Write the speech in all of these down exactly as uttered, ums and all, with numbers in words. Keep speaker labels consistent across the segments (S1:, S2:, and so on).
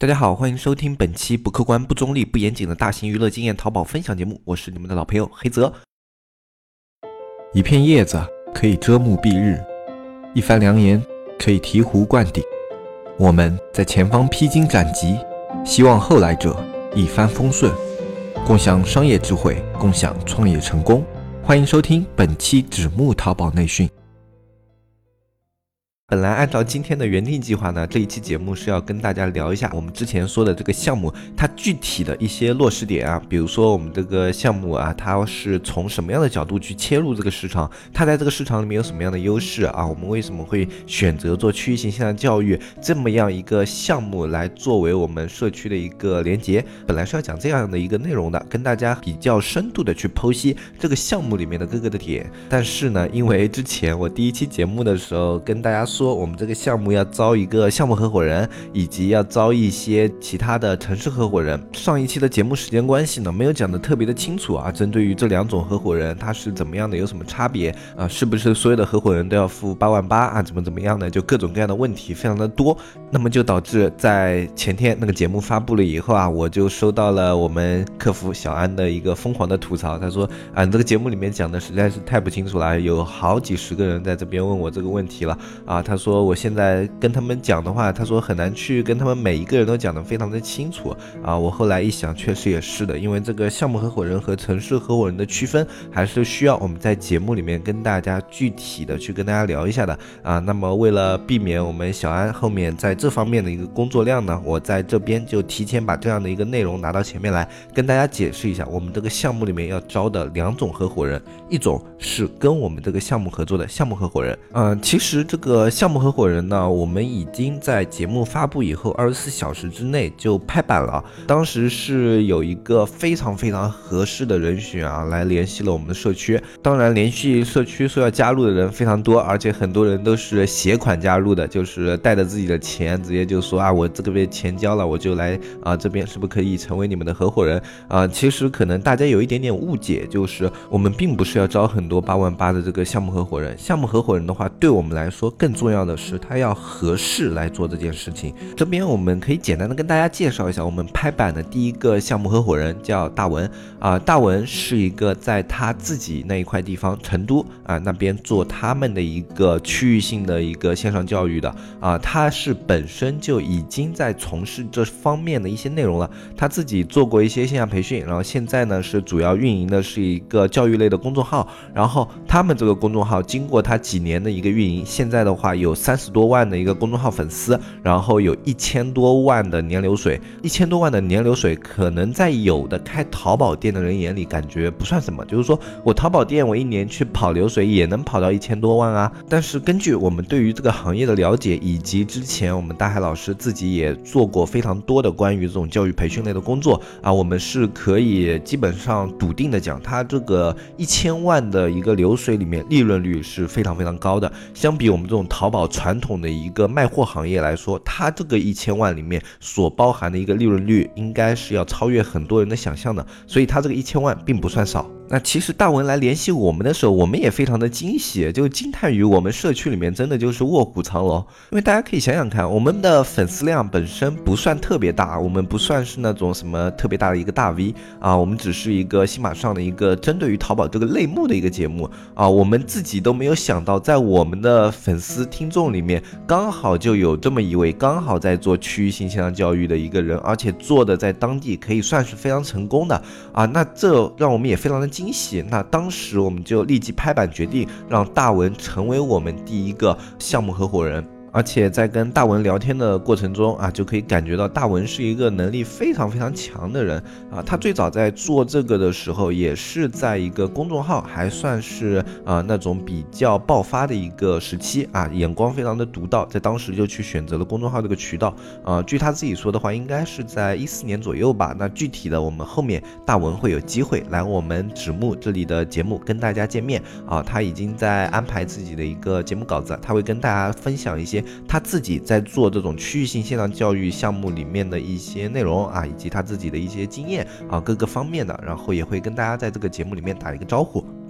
S1: 大家好，欢迎收听本期不客观、不中立、不严谨的大型娱乐经验淘宝分享节目，我是你们的老朋友黑泽。一片叶子可以遮目蔽日，一番良言可以醍醐灌顶。我们在前方披荆斩棘，希望后来者一帆风顺，共享商业智慧，共享创业成功。欢迎收听本期纸木淘宝内训。本来按照今天的原定计划呢，这一期节目是要跟大家聊一下我们之前说的这个项目它具体的一些落实点啊，比如说我们这个项目啊，它是从什么样的角度去切入这个市场，它在这个市场里面有什么样的优势啊，我们为什么会选择做区域性线上教育这么样一个项目来作为我们社区的一个连结。本来是要讲这样的一个内容的，跟大家比较深度的去剖析这个项目里面的各个的点，但是呢，因为之前我第一期节目的时候跟大家说说我们这个项目要招一个项目合伙人，以及要招一些其他的城市合伙人。上一期的节目时间关系呢，没有讲的特别的清楚啊，针对于这两种合伙人它是怎么样的，有什么差别啊？是不是所有的合伙人都要付八万八啊？怎么怎么样呢？就各种各样的问题非常的多，那么就导致在前天那个节目发布了以后啊，我就收到了我们客服小安的一个疯狂的吐槽，他说啊，你这个节目里面讲的实在是太不清楚了，有好几十个人在这边问我这个问题了啊。他说我现在跟他们讲的话，他说很难去跟他们每一个人都讲得非常的清楚啊。我后来一想，确实也是的，因为这个项目合伙人和城市合伙人的区分，还是需要我们在节目里面跟大家具体的去跟大家聊一下的啊。那么为了避免我们小安后面在这方面的一个工作量呢，我在这边就提前把这样的一个内容拿到前面来，跟大家解释一下我们这个项目里面要招的两种合伙人，一种是跟我们这个项目合作的项目合伙人，嗯，其实这个项目合伙人呢，我们已经在节目发布以后二十四小时之内就拍板了。当时是有一个非常非常合适的人选啊，来联系了我们的社区。当然，联系社区说要加入的人非常多，而且很多人都是携款加入的，就是带着自己的钱，直接就说啊，我这个月钱交了，我就来啊这边是不是可以成为你们的合伙人啊？其实可能大家有一点点误解，就是我们并不是要招很多八万八的这个项目合伙人。项目合伙人的话，对我们来说更重要的是他要合适来做这件事情。这边我们可以简单的跟大家介绍一下，我们拍板的第一个项目合伙人叫大文啊，大文是一个在他自己那一块地方成都啊那边做他们的一个区域性的一个线上教育的啊，他是本身就已经在从事这方面的一些内容了，他自己做过一些线下培训，然后现在呢是主要运营的是一个教育类的公众号，然后他们这个公众号经过他几年的一个运营，现在的话有三十多万的一个公众号粉丝，然后有一千多万的年流水，一千多万的年流水可能在有的开淘宝店的人眼里感觉不算什么，就是说我淘宝店我一年去跑流水也能跑到一千多万啊。但是根据我们对于这个行业的了解，以及之前我们大海老师自己也做过非常多的关于这种教育培训类的工作啊，我们是可以基本上笃定的讲，它这个一千万的一个流水里面利润率是非常非常高的，相比我们这种淘宝传统的一个卖货行业来说，它这个一千万里面所包含的一个利润率应该是要超越很多人的想象的，所以它这个一千万并不算少。那其实大文来联系我们的时候，我们也非常的惊喜，就惊叹于我们社区里面真的就是卧虎藏龙。因为大家可以想想看，我们的粉丝量本身不算特别大，我们不算是那种什么特别大的一个大 V 啊，我们只是一个新马上的一个针对于淘宝这个类目的一个节目啊，我们自己都没有想到，在我们的粉丝听众里面，刚好就有这么一位刚好在做区域性线上教育的一个人，而且做的在当地可以算是非常成功的啊，那这让我们也非常的惊喜。那当时我们就立即拍板决定，让大文成为我们第一个项目合伙人。而且在跟大文聊天的过程中啊，就可以感觉到大文是一个能力非常非常强的人啊。他最早在做这个的时候，也是在一个公众号还算是啊那种比较爆发的一个时期啊，眼光非常的独到，在当时就去选择了公众号这个渠道啊。据他自己说的话，应该是在一四年左右吧。那具体的我们后面大文会有机会来我们纸木这里的节目跟大家见面啊。他已经在安排自己的一个节目稿子，他会跟大家分享一些他自己在做这种区域性线上教育项目里面的一些内容啊，以及他自己的一些经验啊，各个方面的，然后也会跟大家在这个节目里面打一个招呼。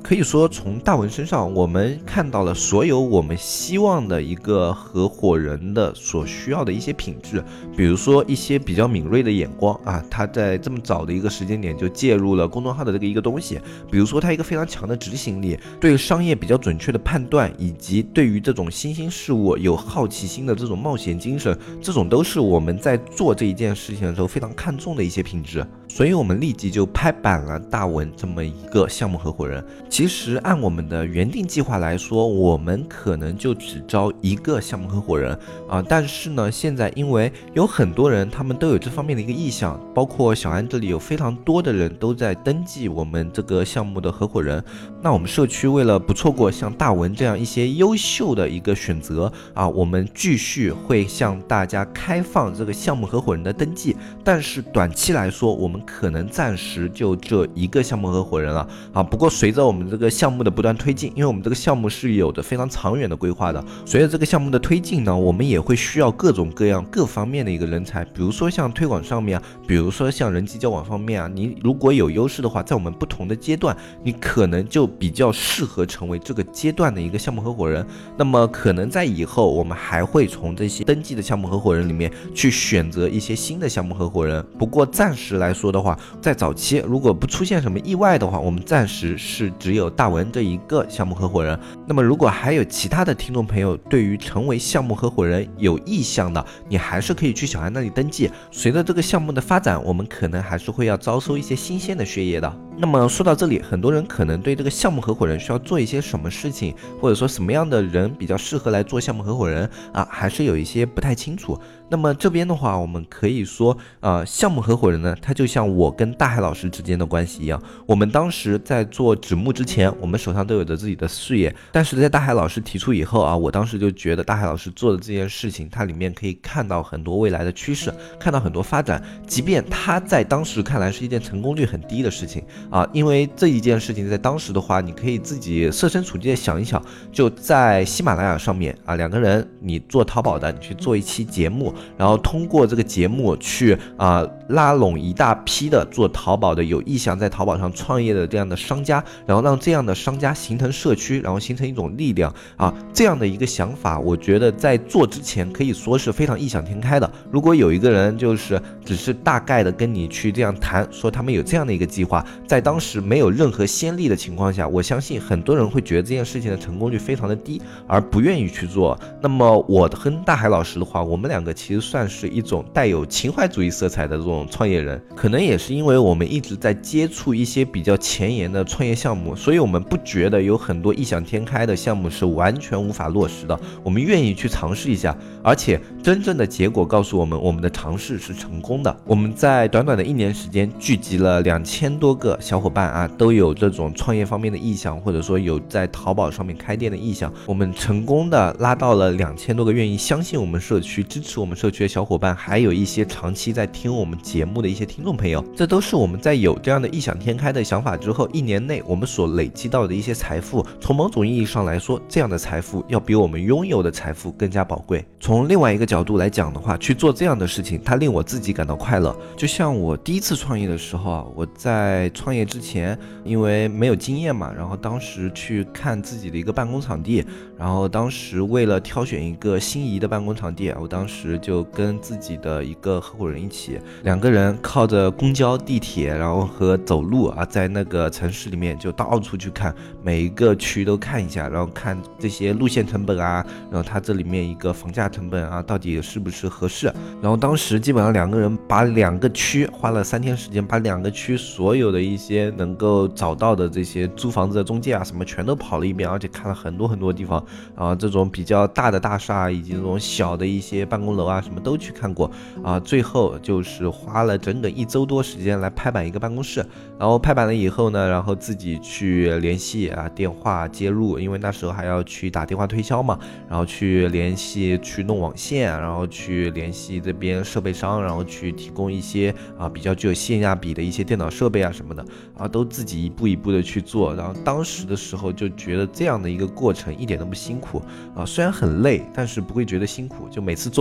S1: 可以说从大文身上我们看到了所有我们希望的一个合伙人的所需要的一些品质，比如说一些比较敏锐的眼光啊，他在这么早的一个时间点就介入了公众号的这个一个东西，比如说他一个非常强的执行力，对商业比较准确的判断，以及对于这种新兴事物有好奇心的这种冒险精神，这种都是我们在做这一件事情的时候非常看重的一些品质。所以我们立即就拍板了大文这么一个项目合伙人。其实按我们的原定计划来说，我们可能就只招一个项目合伙人啊，但是呢，现在因为有很多人他们都有这方面的一个意向，包括小安这里有非常多的人都在登记我们这个项目的合伙人。那我们社区为了不错过像大文这样一些优秀的一个选择啊，我们继续会向大家开放这个项目合伙人的登记，但是短期来说，我们可能暂时就这一个项目合伙人了啊。不过随着我们这个项目的不断推进，因为我们这个项目是有着非常长远的规划的，随着这个项目的推进呢，我们也会需要各种各样各方面的一个人才，比如说像推广上面啊，比如说像人际交往方面啊，你如果有优势的话，在我们不同的阶段，你可能就比较适合成为这个阶段的一个项目合伙人。那么可能在以后，我们还会从这些登记的项目合伙人里面去选择一些新的项目合伙人。不过暂时来说的话，在早期如果不出现什么意外的话，我们暂时是只有大文这一个项目合伙人。那么如果还有其他的听众朋友对于成为项目合伙人有意向的，你还是可以去小安那里登记。随着这个项目的发展，我们可能还是会要招收一些新鲜的血液的。那么说到这里，很多人可能对这个项目合伙人需要做一些什么事情，或者说什么样的人比较适合来做项目合伙人啊，还是有一些不太清楚。那么这边的话，我们可以说，呃，项目合伙人呢，他就像我跟大海老师之间的关系一样。我们当时在做纸木之前，我们手上都有着自己的事业，但是在大海老师提出以后啊，我当时就觉得大海老师做的这件事情，它里面可以看到很多未来的趋势，看到很多发展，即便他在当时看来是一件成功率很低的事情啊，因为这一件事情在当时的话，你可以自己设身处地的想一想，就在喜马拉雅上面啊，两个人你做淘宝的，你去做一期节目。然后通过这个节目去啊、呃、拉拢一大批的做淘宝的有意向在淘宝上创业的这样的商家，然后让这样的商家形成社区，然后形成一种力量啊，这样的一个想法，我觉得在做之前可以说是非常异想天开的。如果有一个人就是只是大概的跟你去这样谈，说他们有这样的一个计划，在当时没有任何先例的情况下，我相信很多人会觉得这件事情的成功率非常的低，而不愿意去做。那么我跟大海老师的话，我们两个其实算是一种带有情怀主义色彩的这种创业人，可能也是因为我们一直在接触一些比较前沿的创业项目，所以我们不觉得有很多异想天开的项目是完全无法落实的，我们愿意去尝试一下，而且真正的结果告诉我们，我们的尝试是成功的。我们在短短的一年时间聚集了两千多个小伙伴啊，都有这种创业方面的意向，或者说有在淘宝上面开店的意向，我们成功的拉到了两千多个愿意相信我们社区、支持我们社区的小伙伴，还有一些长期在听我们节目的一些听众朋友，这都是我们在有这样的异想天开的想法之后，一年内我们所累积到的一些财富。从某种意义上来说，这样的财富要比我们拥有的财富更加宝贵。从另外一个角度来讲的话，去做这样的事情，它令我自己感到快乐。就像我第一次创业的时候啊，我在创业之前，因为没有经验嘛，然后当时去看自己的一个办公场地，然后当时为了挑选一个心仪的办公场地，我当时就跟自己的一个合伙人一起，两个人靠着公交、地铁，然后和走路啊，在那个城市里面就到处去看，每一个区都看一下，然后看这些路线成本啊，然后它这里面一个房价成本啊，到底是不是合适。然后当时基本上两个人把两个区花了三天时间，把两个区所有的一些能够找到的这些租房子的中介啊什么全都跑了一遍，而且看了很多很多地方啊，这种比较大的大厦以及这种小的一些办公楼啊什么都去看过啊，最后就是花了整整一周多时间来拍板一个办公室。然后拍板了以后呢，然后自己去联系啊，电话接入，因为那时候还要去打电话推销嘛，然后去联系去弄网线，然后去联系这边设备商，然后去提供一些啊比较具有性价比的一些电脑设备啊什么的啊，都自己一步一步的去做。然后当时的时候就觉得这样的一个过程一点都不辛苦啊，虽然很累，但是不会觉得辛苦，就每次做完以后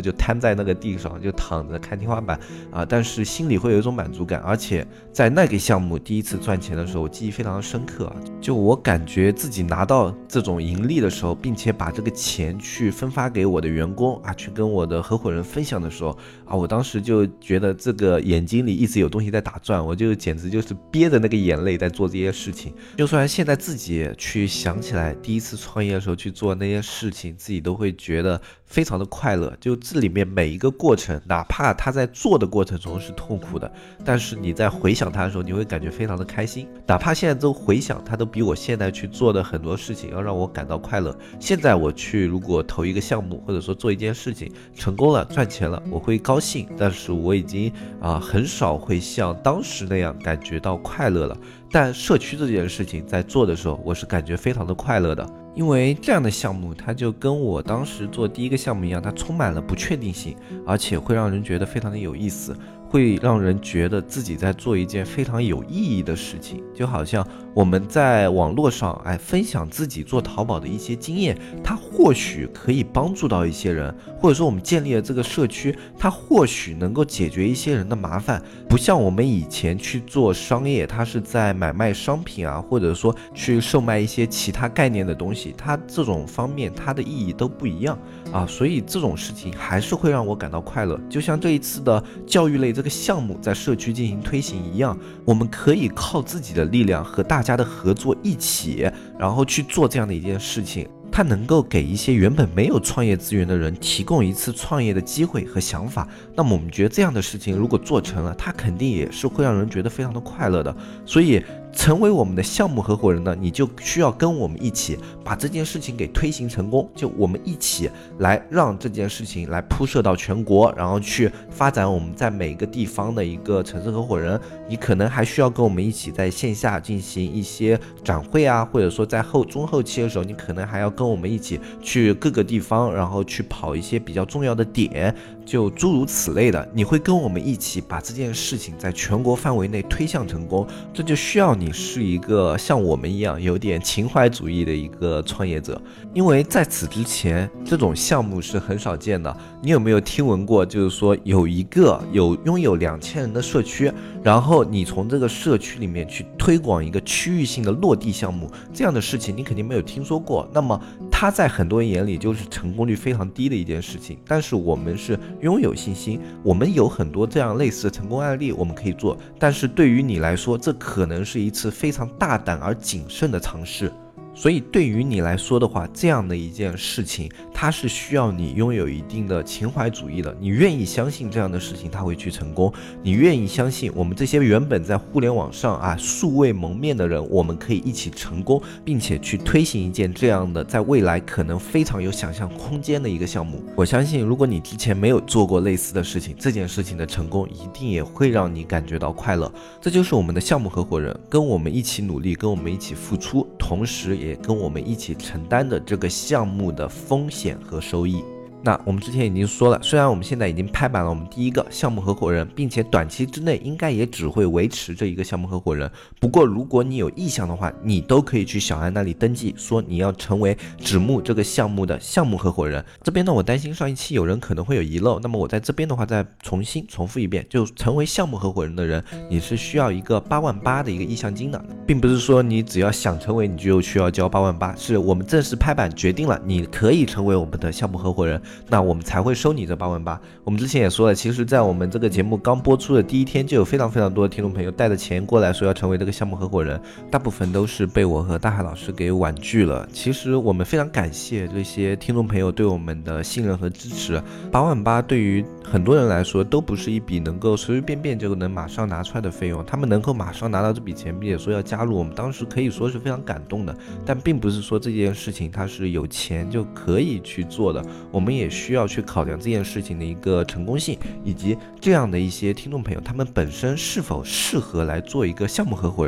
S1: 就瘫在那个地上，就躺着看天花板啊，但是心里会有一种满足感，而且在那个项目第一次赚钱的时候，我记忆非常深刻啊，就我感觉自己拿到这种盈利的时候，并且把这个钱去分发给我的员工啊，去跟我的合伙人分享的时候啊，我当时就觉得这个眼睛里一直有东西在打转，我就简直就是憋着那个眼泪在做这些事情。就算现在自己去想起来第一次创业的时候去做那些事情，自己都会觉得非常的快乐。就这里面每一个过程，哪怕他在做的过程中是痛苦的，但是你在回想他的时候，你会感觉非常的开心。哪怕现在都回想，他都比我现在去做的很多事情要让我感到快乐。现在我去如果投一个项目，或者说做一件事情成功了赚钱了，我会高兴，但是我已经啊、呃、很少会像当时那样感觉到快乐了。但社区这件事情在做的时候，我是感觉非常的快乐的，因为这样的项目它就跟我当时做第一个项目一样，它充满了不确定性，而且会让人觉得非常的有意思，会让人觉得自己在做一件非常有意义的事情。就好像我们在网络上哎分享自己做淘宝的一些经验，它或许可以帮助到一些人，或者说我们建立了这个社区，它或许能够解决一些人的麻烦。不像我们以前去做商业，它是在买卖商品啊，或者说去售卖一些其他概念的东西，它这种方面它的意义都不一样啊，所以这种事情还是会让我感到快乐。就像这一次的教育类这个项目在社区进行推行一样，我们可以靠自己的力量和大家的合作一起，然后去做这样的一件事情。它能够给一些原本没有创业资源的人提供一次创业的机会和想法，那么我们觉得这样的事情如果做成了，它肯定也是会让人觉得非常的快乐的。所以成为我们的项目合伙人呢，你就需要跟我们一起把这件事情给推行成功，就我们一起来让这件事情来铺设到全国，然后去发展我们在每一个地方的一个城市合伙人。你可能还需要跟我们一起在线下进行一些展会啊，或者说在后中后期的时候，你可能还要跟我们一起去各个地方，然后去跑一些比较重要的点，就诸如此类的。你会跟我们一起把这件事情在全国范围内推向成功，这就需要你是一个像我们一样有点情怀主义的一个创业者。因为在此之前这种项目是很少见的。你有没有听闻过，就是说有一个有拥有两千人的社区，然后你从这个社区里面去推广一个区域性的落地项目，这样的事情你肯定没有听说过。那么它在很多人眼里就是成功率非常低的一件事情，但是我们是拥有信心，我们有很多这样类似的成功案例我们可以做，但是对于你来说，这可能是一次非常大胆而谨慎的尝试。所以对于你来说的话，这样的一件事情它是需要你拥有一定的情怀主义的，你愿意相信这样的事情它会去成功，你愿意相信我们这些原本在互联网上啊素未谋面的人，我们可以一起成功，并且去推行一件这样的在未来可能非常有想象空间的一个项目。我相信如果你之前没有做过类似的事情，这件事情的成功一定也会让你感觉到快乐。这就是我们的项目合伙人，跟我们一起努力，跟我们一起付出，同时也跟我们一起承担的这个项目的风险和收益。那我们之前已经说了，虽然我们现在已经拍板了我们第一个项目合伙人，并且短期之内应该也只会维持这一个项目合伙人，不过如果你有意向的话，你都可以去小安那里登记，说你要成为指木这个项目的项目合伙人。这边呢，我担心上一期有人可能会有遗漏，那么我在这边的话再重新重复一遍，就成为项目合伙人的人，你是需要一个八万八的一个意向金的，并不是说你只要想成为你就需要交八万八，是我们正式拍板决定了你可以成为我们的项目合伙人，那我们才会收你这八万八。我们之前也说了，其实在我们这个节目刚播出的第一天，就有非常非常多的听众朋友带着钱过来说要成为这个项目合伙人，大部分都是被我和大海老师给婉拒了。其实我们非常感谢这些听众朋友对我们的信任和支持。八万八对于很多人来说都不是一笔能够随随便便就能马上拿出来的费用，他们能够马上拿到这笔钱，并且说要加入，我们当时可以说是非常感动的。但并不是说这件事情它是有钱就可以去做的，我们也需要去考量这件事情的一个成功性，以及这样的一些听众朋友他们本身是否适合来做一个项目合伙人。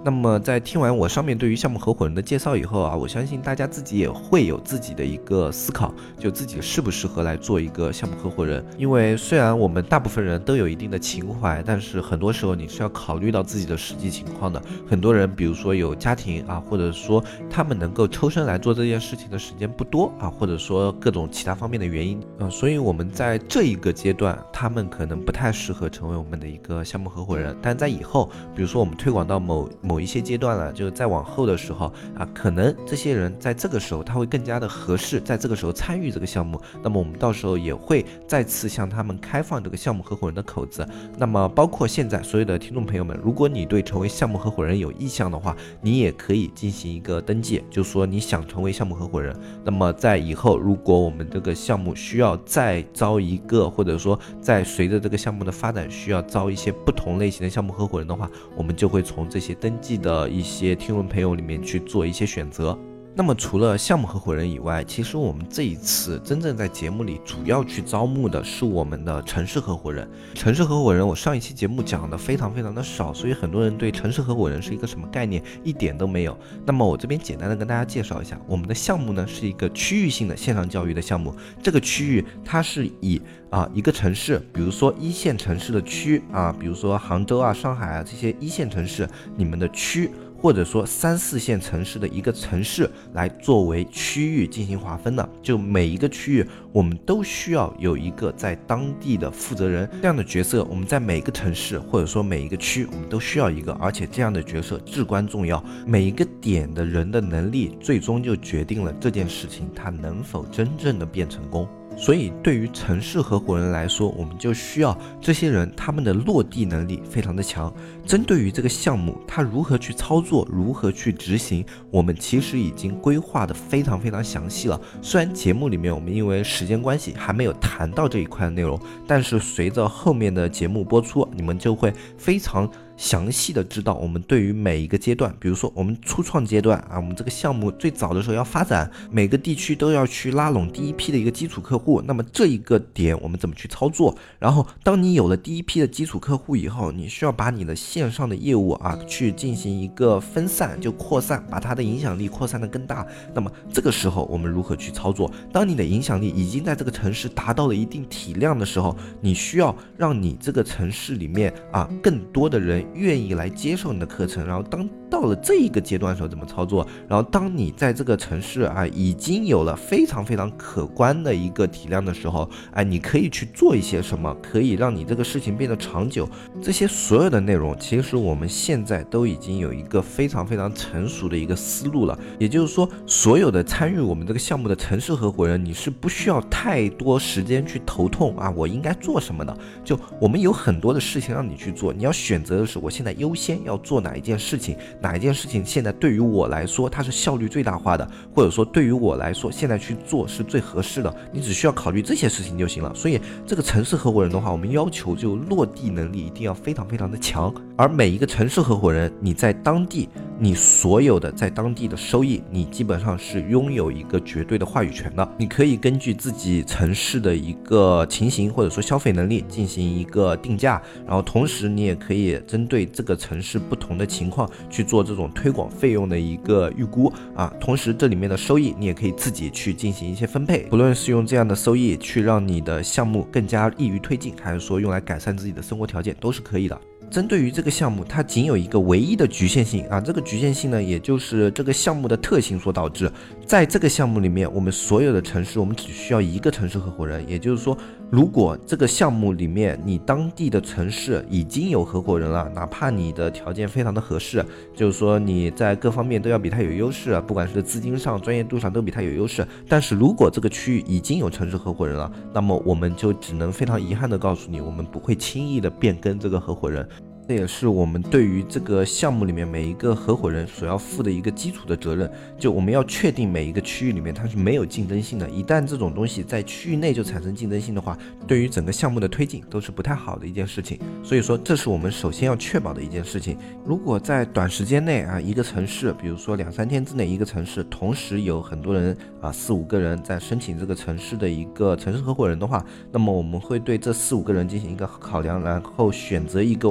S1: 那么在听完我上面对于项目合伙人的介绍以后啊，我相信大家自己也会有自己的一个思考，就自己适不适合来做一个项目合伙人。因为虽然我们大部分人都有一定的情怀，但是很多时候你是要考虑到自己的实际情况的。很多人比如说有家庭啊，或者说他们能够抽身来做这件事情的时间不多啊，或者说各种其他方面的原因啊，所以我们在这一个阶段，他们可能不太适合成为我们的一个项目合伙人。但在以后，比如说我们推广到某某一些阶段了，就再往后的时候啊，可能这些人在这个时候他会更加的合适，在这个时候参与这个项目。那么我们到时候也会再次向他们开放这个项目合伙人的口子。那么包括现在所有的听众朋友们，如果你对成为项目合伙人有意向的话，你也可以进行一个登记，就说你想成为项目合伙人。那么在以后，如果我们这个项目需要再招一个，或者说在随着这个项目的发展需要招一些不同类型的项目合伙人的话，我们就会从这些登记的一些听众朋友里面去做一些选择。那么除了项目合伙人以外，其实我们这一次真正在节目里主要去招募的是我们的城市合伙人。城市合伙人我上一期节目讲的非常非常的少，所以很多人对城市合伙人是一个什么概念一点都没有。那么我这边简单的跟大家介绍一下，我们的项目呢是一个区域性的线上教育的项目。这个区域它是以啊一个城市，比如说一线城市的区啊，比如说杭州啊、上海啊这些一线城市，你们的区，或者说三四线城市的一个城市来作为区域进行划分的。就每一个区域我们都需要有一个在当地的负责人，这样的角色我们在每个城市或者说每一个区我们都需要一个，而且这样的角色至关重要。每一个点的人的能力最终就决定了这件事情它能否真正的变成功。所以对于城市合伙人来说，我们就需要这些人他们的落地能力非常的强。针对于这个项目他如何去操作，如何去执行，我们其实已经规划的非常非常详细了。虽然节目里面我们因为时间关系还没有谈到这一块的内容，但是随着后面的节目播出，你们就会非常详细的知道我们对于每一个阶段，比如说我们初创阶段啊，我们这个项目最早的时候要发展，每个地区都要去拉拢第一批的一个基础客户，那么这一个点我们怎么去操作？然后当你有了第一批的基础客户以后，你需要把你的线上的业务啊去进行一个分散，就扩散，把它的影响力扩散的更大。那么这个时候我们如何去操作？当你的影响力已经在这个城市达到了一定体量的时候，你需要让你这个城市里面啊更多的人愿意来接受你的课程。然后当到了这一个阶段的时候怎么操作？然后当你在这个城市啊已经有了非常非常可观的一个体量的时候，哎，你可以去做一些什么，可以让你这个事情变得长久。这些所有的内容，其实我们现在都已经有一个非常非常成熟的一个思路了。也就是说，所有的参与我们这个项目的城市合伙人，你是不需要太多时间去头痛啊，我应该做什么的。就我们有很多的事情让你去做，你要选择的是我现在优先要做哪一件事情，哪一件事情现在对于我来说它是效率最大化的，或者说对于我来说现在去做是最合适的，你只需要考虑这些事情就行了。所以这个城市合伙人的话，我们要求就落地能力一定要非常非常的强。而每一个城市合伙人，你在当地你所有的在当地的收益，你基本上是拥有一个绝对的话语权的。你可以根据自己城市的一个情形或者说消费能力进行一个定价，然后同时你也可以针对这个城市不同的情况去做这种推广费用的一个预估啊。同时这里面的收益你也可以自己去进行一些分配，不论是用这样的收益去让你的项目更加易于推进，还是说用来改善自己的生活条件，都是可以的。针对于这个项目，它仅有一个唯一的局限性啊，这个局限性呢，也就是这个项目的特性所导致。在这个项目里面，我们所有的城市，我们只需要一个城市合伙人。也就是说，如果这个项目里面你当地的城市已经有合伙人了，哪怕你的条件非常的合适，就是说你在各方面都要比他有优势，不管是资金上、专业度上都比他有优势。但是如果这个区域已经有城市合伙人了，那么我们就只能非常遗憾的告诉你，我们不会轻易的变更这个合伙人。这也是我们对于这个项目里面每一个合伙人所要负的一个基础的责任，就我们要确定每一个区域里面它是没有竞争性的，一旦这种东西在区域内就产生竞争性的话，对于整个项目的推进都是不太好的一件事情。所以说这是我们首先要确保的一件事情。如果在短时间内啊，一个城市，比如说两三天之内一个城市同时有很多人啊四五个人在申请这个城市的一个城市合伙人的话，那么我们会对这四五个人进行一个考量，然后选择一个我们觉得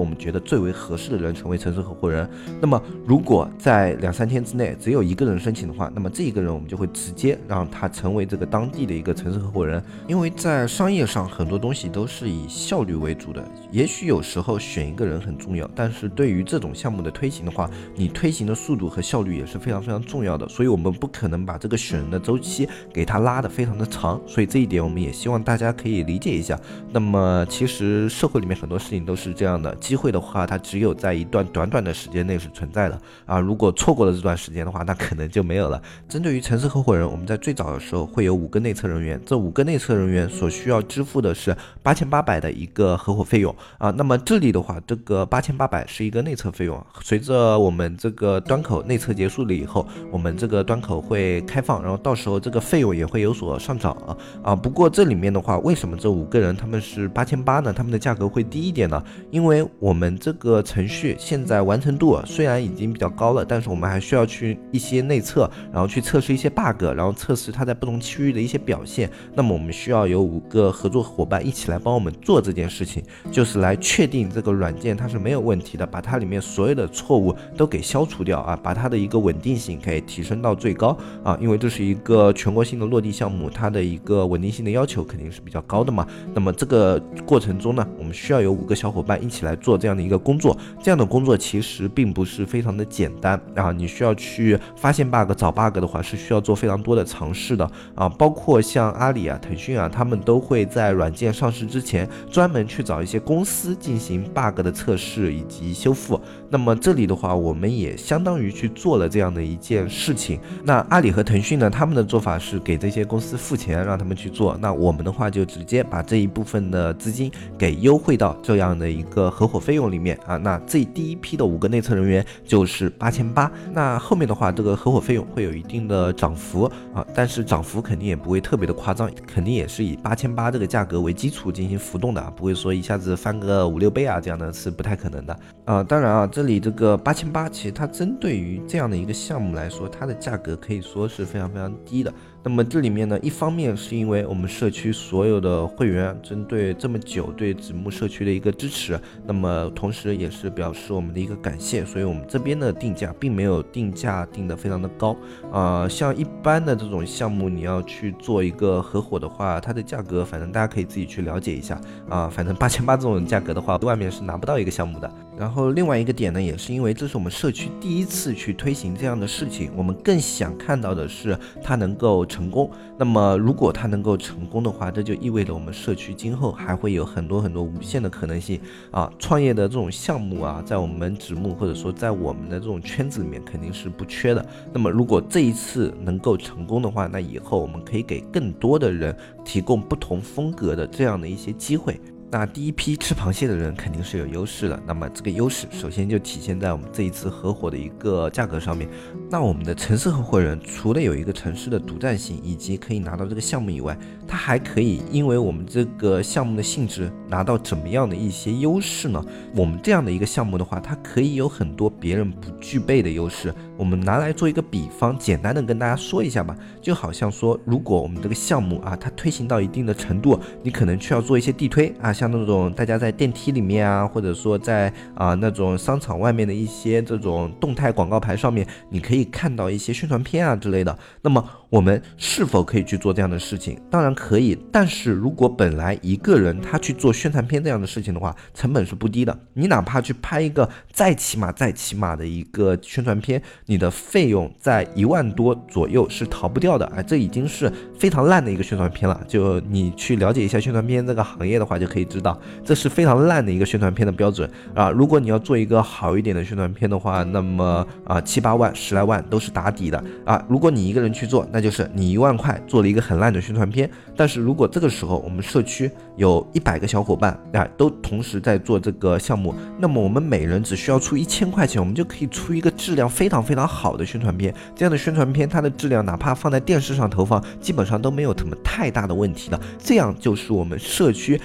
S1: 最为合适的人成为城市合伙人。那么如果在两三天之内只有一个人申请的话，那么这一个人我们就会直接让他成为这个当地的一个城市合伙人。因为在商业上很多东西都是以效率为主的，也许有时候选一个人很重要，但是对于这种项目的推行的话，你推行的速度和效率也是非常非常重要的，所以我们不可能把这个选人的周期给它拉得非常的长，所以这一点我们也希望大家可以理解一下。那么其实社会里面很多事情都是这样的，机会的话它只有在一段短短的时间内是存在的啊，如果错过了这段时间的话，那可能就没有了。针对于城市合伙人，我们在最早的时候会有五个内测人员，这五个内测人员所需要支付的是八千八百的一个合伙费用啊。那么这里的话，这个八千八百是一个内测费用，随着我们这个端口内测结束了以后，我们这个端口会开放，然后到时候这个费用也会有所上涨啊啊。不过这里面的话，为什么这五个人他们是八千八呢？他们的价格会低一点呢？因为我们这个程序现在完成度虽然已经比较高了，但是我们还需要去一些内测，然后去测试一些 bug， 然后测试它在不同区域的一些表现。那么我们需要有五个合作伙伴一起来帮我们做这件事情，就是来确定这个软件它是没有问题的，把它里面所有的错误都给消除掉啊，把它的一个稳定性可以提升到最高啊，因为这是一个全国性的落地项目，它的一个稳定性的要求肯定是比较高的嘛。那么这个过程中呢，我们需要有五个小伙伴一起来做这样的一个工作，这样的工作其实并不是非常的简单啊，你需要去发现 bug 找 bug 的话是需要做非常多的尝试的啊，包括像阿里啊、腾讯啊，他们都会在软件上市之前专门去找一些公司进行 bug 的测试以及修复。那么这里的话，我们也相当于去做了这样的一件事情。那阿里和腾讯呢，他们的做法是给这些公司付钱让他们去做，那我们的话就直接把这一部分的资金给优惠到这样的一个合伙费用里面啊。那这第一批的五个内测人员就是八千八，那后面的话这个合伙费用会有一定的涨幅啊，但是涨幅肯定也不会特别的夸张，肯定也是以八千八这个价格为基础进行浮动的啊，不会说一下子翻个五六倍啊，这样的是不太可能的啊。当然啊，这里这个八千八其实它针对于这样的一个项目来说，它的价格可以说是非常非常低的。那么这里面呢，一方面是因为我们社区所有的会员针对这么久对子木社区的一个支持，那么同时也是表示我们的一个感谢，所以我们这边的定价并没有定价定得非常的高啊、呃。像一般的这种项目，你要去做一个合伙的话，它的价格反正大家可以自己去了解一下啊、呃。反正八千八这种价格的话，外面是拿不到一个项目的。然后另外一个点呢，也是因为这是我们社区第一次去推行这样的事情，我们更想看到的是它能够成功。那么如果它能够成功的话，这就意味着我们社区今后还会有很多很多无限的可能性啊！创业的这种项目啊，在我们直木或者说在我们的这种圈子里面肯定是不缺的。那么如果这一次能够成功的话，那以后我们可以给更多的人提供不同风格的这样的一些机会。那第一批吃螃蟹的人肯定是有优势的，那么这个优势首先就体现在我们这一次合伙的一个价格上面。那我们的城市合伙人除了有一个城市的独占性以及可以拿到这个项目以外，他还可以因为我们这个项目的性质拿到怎么样的一些优势呢？我们这样的一个项目的话，它可以有很多别人不具备的优势。我们拿来做一个比方，简单的跟大家说一下吧，就好像说，如果我们这个项目啊，它推行到一定的程度，你可能需要做一些地推啊，像那种大家在电梯里面啊，或者说在啊那种商场外面的一些这种动态广告牌上面，你可以看到一些宣传片啊之类的。那么我们是否可以去做这样的事情？当然可以，但是如果本来一个人他去做宣传片这样的事情的话，成本是不低的。你哪怕去拍一个再起码再起码的一个宣传片，你的费用在一万多左右是逃不掉的啊！这已经是非常烂的一个宣传片了。就你去了解一下宣传片这个行业的话，就可以知道这是非常烂的一个宣传片的标准啊！如果你要做一个好一点的宣传片的话，那么啊七八万、十来万都是打底的啊！如果你一个人去做，那就是你一万块做了一个很烂的宣传片。但是如果这个时候我们社区有一百个小伙伴啊，都同时在做这个项目，那么我们每人只需要出一千块钱，我们就可以出一个质量非常非常好的宣传片。这样的宣传片，它的质量哪怕放在电视上投放，基本上都没有什么太大的问题的。这样就是我们社区它去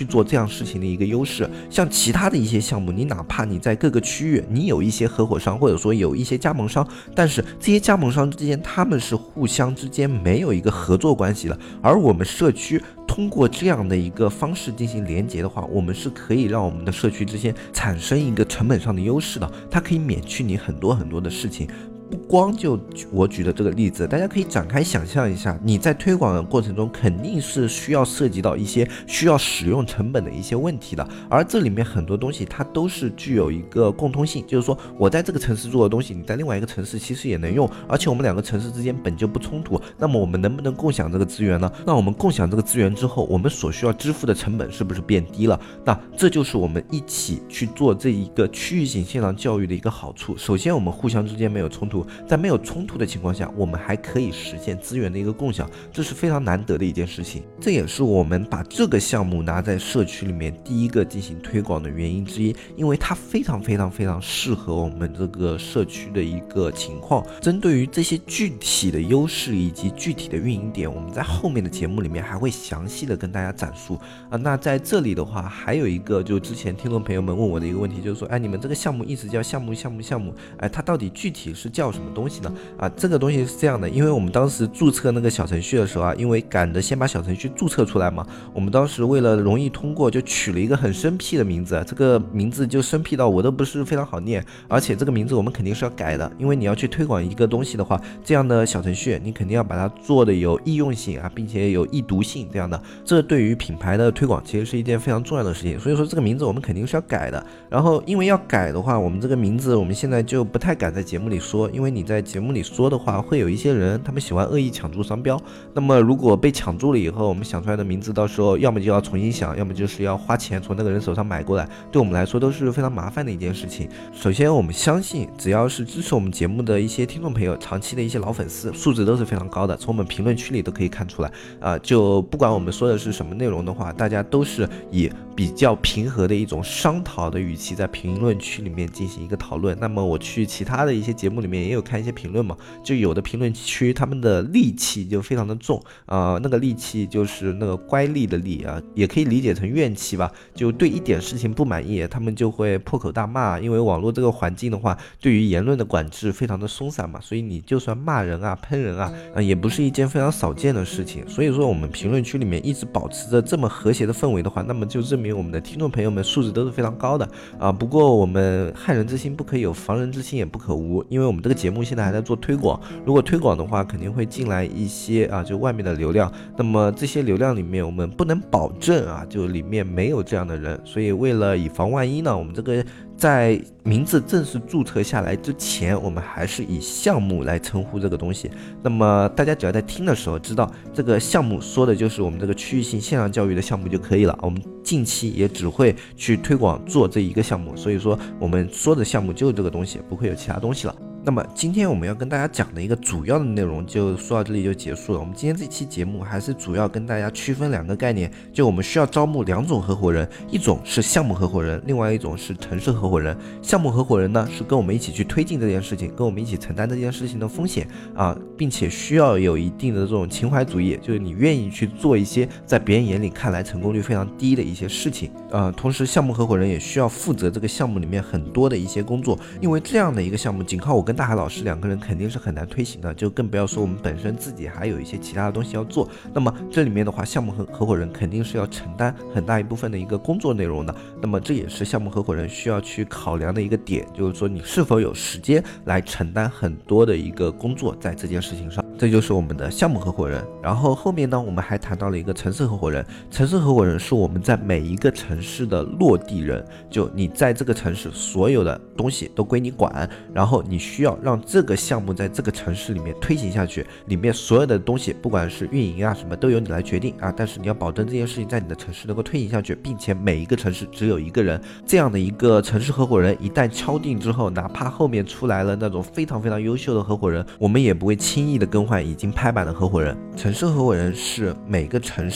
S1: 去做这样事情的一个优势。像其他的一些项目，你哪怕你在各个区域你有一些合伙商或者说有一些加盟商，但是这些加盟商之间他们是互相之间没有一个合作关系的，而我们社区通过这样的一个方式进行连结的话，我们是可以让我们的社区之间产生一个成本上的优势的，它可以免去你很多很多的事情。不光就我举的这个例子，大家可以展开想象一下，你在推广的过程中肯定是需要涉及到一些需要使用成本的一些问题的，而这里面很多东西它都是具有一个共通性，就是说我在这个城市做的东西，你在另外一个城市其实也能用，而且我们两个城市之间本就不冲突，那么我们能不能共享这个资源呢？那我们共享这个资源之后，我们所需要支付的成本是不是变低了？那这就是我们一起去做这一个区域性线上教育的一个好处。首先我们互相之间没有冲突，在没有冲突的情况下，我们还可以实现资源的一个共享，这是非常难得的一件事情。这也是我们把这个项目拿在社区里面第一个进行推广的原因之一，因为它非常非常非常适合我们这个社区的一个情况。针对于这些具体的优势以及具体的运营点，我们在后面的节目里面还会详细的跟大家展述啊。那在这里的话，还有一个就之前听众朋友们问我的一个问题，就是说，哎，你们这个项目一直叫项目项目项目，哎，它到底具体是叫什么东西呢？啊，这个东西是这样的，因为我们当时注册那个小程序的时候啊，因为赶着先把小程序注册出来嘛，我们当时为了容易通过，就取了一个很生僻的名字，这个名字就生僻到我都不是非常好念，而且这个名字我们肯定是要改的，因为你要去推广一个东西的话，这样的小程序你肯定要把它做的有易用性啊，并且有易读性这样的，这对于品牌的推广其实是一件非常重要的事情，所以说这个名字我们肯定是要改的。然后因为要改的话，我们这个名字我们现在就不太敢在节目里说，因为你在节目里说的话，会有一些人他们喜欢恶意抢注商标，那么如果被抢注了以后，我们想出来的名字到时候要么就要重新想，要么就是要花钱从那个人手上买过来，对我们来说都是非常麻烦的一件事情。首先我们相信只要是支持我们节目的一些听众朋友，长期的一些老粉丝，素质都是非常高的，从我们评论区里都可以看出来啊、呃，就不管我们说的是什么内容的话，大家都是以比较平和的一种商讨的语气在评论区里面进行一个讨论。那么我去其他的一些节目里面也有看一些评论嘛，就有的评论区他们的戾气就非常的重啊、呃，那个戾气就是那个乖戾的戾啊，也可以理解成怨气吧，就对一点事情不满意，他们就会破口大骂。因为网络这个环境的话，对于言论的管制非常的松散嘛，所以你就算骂人啊、喷人啊，呃、也不是一件非常少见的事情。所以说我们评论区里面一直保持着这么和谐的氛围的话，那么就证明我们的听众朋友们素质都是非常高的啊。不过我们害人之心不可有，防人之心也不可无，因为我们这个节目现在还在做推广，如果推广的话肯定会进来一些啊就外面的流量，那么这些流量里面我们不能保证啊就里面没有这样的人，所以为了以防万一呢，我们这个在名字正式注册下来之前，我们还是以项目来称呼这个东西。那么大家只要在听的时候知道这个项目说的就是我们这个区域性线上教育的项目就可以了，我们近期也只会去推广做这一个项目，所以说我们说的项目就是这个东西，不会有其他东西了。那么今天我们要跟大家讲的一个主要的内容就说到这里就结束了。我们今天这期节目还是主要跟大家区分两个概念，就我们需要招募两种合伙人，一种是项目合伙人，另外一种是城市合伙人。项目合伙人呢是跟我们一起去推进这件事情，跟我们一起承担这件事情的风险啊，并且需要有一定的这种情怀主义，就是你愿意去做一些在别人眼里看来成功率非常低的一些事情啊。同时项目合伙人也需要负责这个项目里面很多的一些工作，因为这样的一个项目仅靠我跟大海老师两个人肯定是很难推行的，就更不要说我们本身自己还有一些其他的东西要做。那么这里面的话，项目合合伙人肯定是要承担很大一部分的一个工作内容的，那么这也是项目合伙人需要去考量的一个点，就是说你是否有时间来承担很多的一个工作在这件事情上，这就是我们的项目合伙人。然后后面呢，我们还谈到了一个城市合伙人，城市合伙人是我们在每一个城市的落地人，就你在这个城市所有的东西都归你管，然后你需要让这个项目在这个城市里面推行下去，里面所有的东西不管是运营啊什么都由你来决定啊，但是你要保证这件事情在你的城市能够推行下去，并且每一个城市只有一个人。这样的一个城市合伙人一旦敲定之后，哪怕后面出来了那种非常非常优秀的合伙人，我们也不会轻易的更换已经拍板的合伙人。城市合伙人是每个城市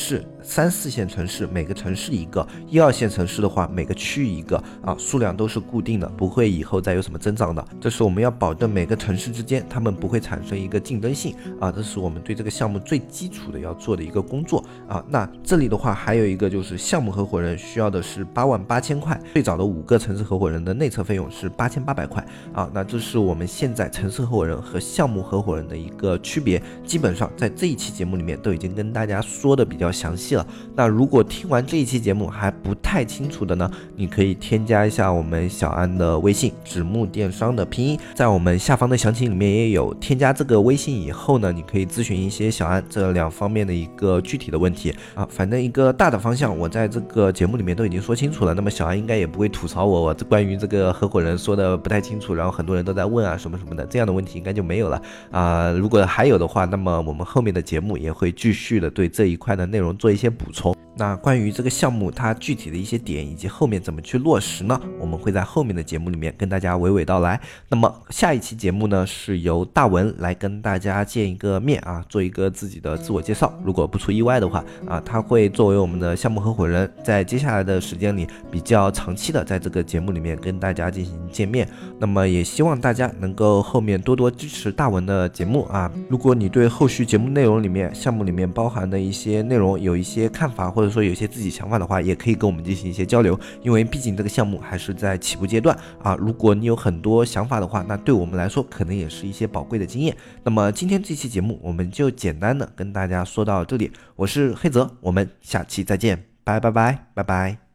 S1: 三四线城市每个城市一个，一二线城市的话每个区域一个啊，数量都是固定的，不会以后再有什么增长的。这是我们要保证每个城市之间他们不会产生一个竞争性啊，这是我们对这个项目最基础的要做的一个工作啊。那这里的话还有一个就是项目合伙人需要的是八万八千块，最早的五个城市合伙人的内测费用是八千八百块啊。那这是我们现在城市合伙人和项目合伙人的一个区别，基本上在这一期节目里面都已经跟大家说的比较详细了。那如果听完这一期节目还不太清楚的呢，你可以添加一下我们小安的微信纸木电商的拼音，在我们下方的详情里面也有。添加这个微信以后呢，你可以咨询一些小安这两方面的一个具体的问题啊。反正一个大的方向我在这个节目里面都已经说清楚了，那么小安应该也不会吐槽我我关于这个合伙人说的不太清楚，然后很多人都在问啊什么什么的，这样的问题应该就没有了啊。如果还有的话，那么我们后面的节目也会继续的对这一块的内容做一些补充。那关于这个项目它具体的一些点以及后面怎么去落实呢，我们会在后面的节目里面跟大家娓娓道来。那么下一期节目呢，是由大文来跟大家见一个面啊，做一个自己的自我介绍。如果不出意外的话啊，他会作为我们的项目合伙人，在接下来的时间里比较长期的在这个节目里面跟大家进行见面。那么也希望大家能够后面多多支持大文的节目啊。如果你对后续节目内容里面项目里面包含的一些内容有一些看法，或者说有一些自己想法的话，也可以跟我们进行一些交流，因为毕竟这个项目还是在起步阶段啊。如果你有很多想法的话，那对我们来说可能也是一些宝贵的经验。那么今天这期节目我们就简单的跟大家说到这里，我是黑泽，我们下期再见，拜拜拜拜拜。